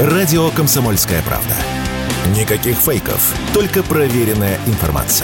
Радио «Комсомольская правда». Никаких фейков, только проверенная информация.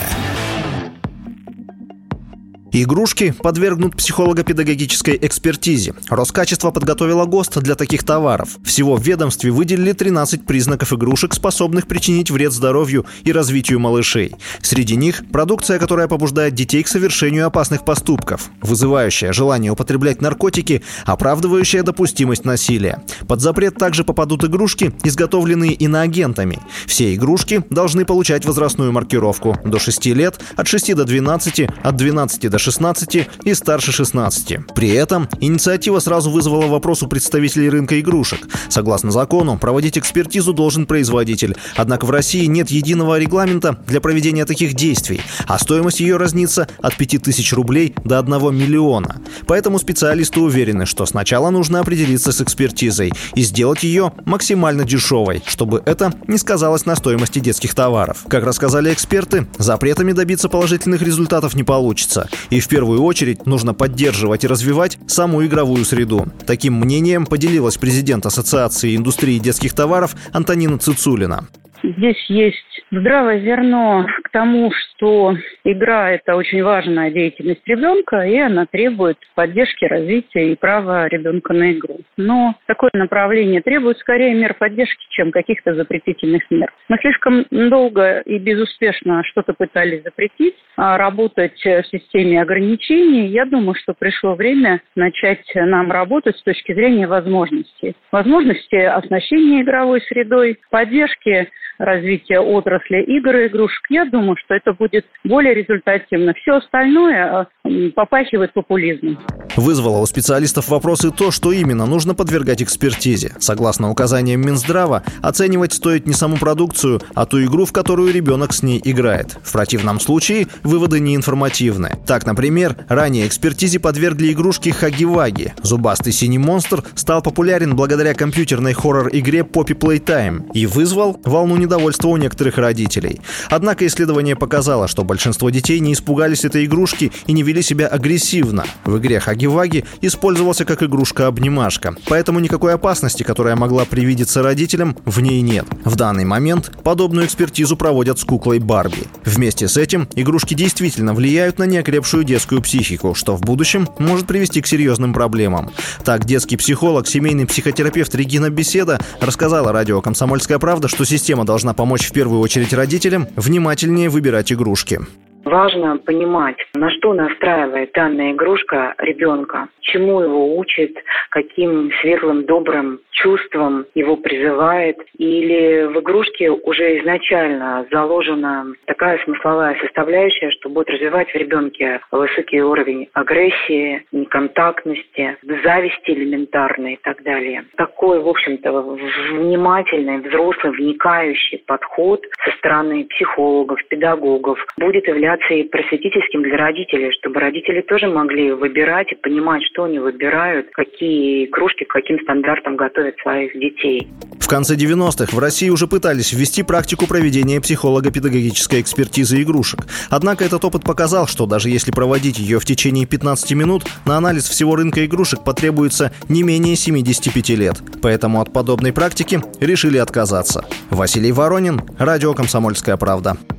Игрушки подвергнут психолого-педагогической экспертизе. Роскачество подготовило ГОСТ для таких товаров. Всего в ведомстве выделили 13 признаков игрушек, способных причинить вред здоровью и развитию малышей. Среди них продукция, которая побуждает детей к совершению опасных поступков, вызывающая желание употреблять наркотики, оправдывающая допустимость насилия. Под запрет также попадут игрушки, изготовленные иноагентами. Все игрушки должны получать возрастную маркировку: до 6 лет, от 6 до 12, от 12 до 16 и старше 16. При этом инициатива сразу вызвала вопрос у представителей рынка игрушек. Согласно закону, проводить экспертизу должен производитель. Однако в России нет единого регламента для проведения таких действий, а стоимость ее разнится от 5000 рублей до 1 миллиона. Поэтому специалисты уверены, что сначала нужно определиться с экспертизой и сделать ее максимально дешевой, чтобы это не сказалось на стоимости детских товаров. Как рассказали эксперты, запретами добиться положительных результатов не получится. И в первую очередь нужно поддерживать и развивать саму игровую среду. Таким мнением поделилась президент Ассоциации индустрии детских товаров Антонина Цицулина. Здесь есть здравое зерно к тому, что игра – это очень важная деятельность ребенка, и она требует поддержки, развития и права ребенка на игру. Но такое направление требует скорее мер поддержки, чем каких-то запретительных мер. Мы слишком долго и безуспешно что-то пытались запретить, работать в системе ограничений. Я думаю, что пришло время начать нам работать с точки зрения возможностей. Возможности оснащения игровой средой, поддержки развития отрасли игр и игрушек. Я думаю, что это будет более результативно. Все остальное попахивает популизмом. Вызвало у специалистов вопросы то, что именно нужно подвергать экспертизе. Согласно указаниям Минздрава, оценивать стоит не саму продукцию, а ту игру, в которую ребенок с ней играет. В противном случае выводы неинформативны. Так, например, ранее экспертизе подвергли игрушки Хаги-Ваги. Зубастый синий монстр стал популярен благодаря компьютерной хоррор-игре Poppy Playtime и вызвал волну недовольства у некоторых родителей. Однако исследование показало, что большинство детей не испугались этой игрушки и не вели себя агрессивно. В игре Хаги-Ваги использовался как игрушка-обнимашка, поэтому никакой опасности, которая могла привидеться родителям, в ней нет. В данный момент подобную экспертизу проводят с куклой Барби. Вместе с этим игрушки действительно влияют на неокрепшую детскую психику, что в будущем может привести к серьезным проблемам. Так, детский психолог, семейный психотерапевт Регина Беседа рассказала радио «Комсомольская правда», что система должна помочь в первую очередь родителям внимательнее выбирать игрушки. Важно понимать, на что настраивает данная игрушка ребенка, чему его учит, каким светлым, добрым чувствам его призывает. Или в игрушке уже изначально заложена такая смысловая составляющая, что будет развивать в ребенке высокий уровень агрессии, неконтактности, зависти элементарной и так далее. Такой, в общем-то, внимательный, взрослый, вникающий подход со стороны психологов, педагогов будет являться и просветительским для родителей, чтобы родители тоже могли выбирать и понимать, что они выбирают, какие игрушки, к каким стандартам готовят своих детей. В конце 90-х в России уже пытались ввести практику проведения психолого-педагогической экспертизы игрушек. Однако этот опыт показал, что даже если проводить ее в течение 15 минут, на анализ всего рынка игрушек потребуется не менее 75 лет. Поэтому от подобной практики решили отказаться. Василий Воронин, радио «Комсомольская правда».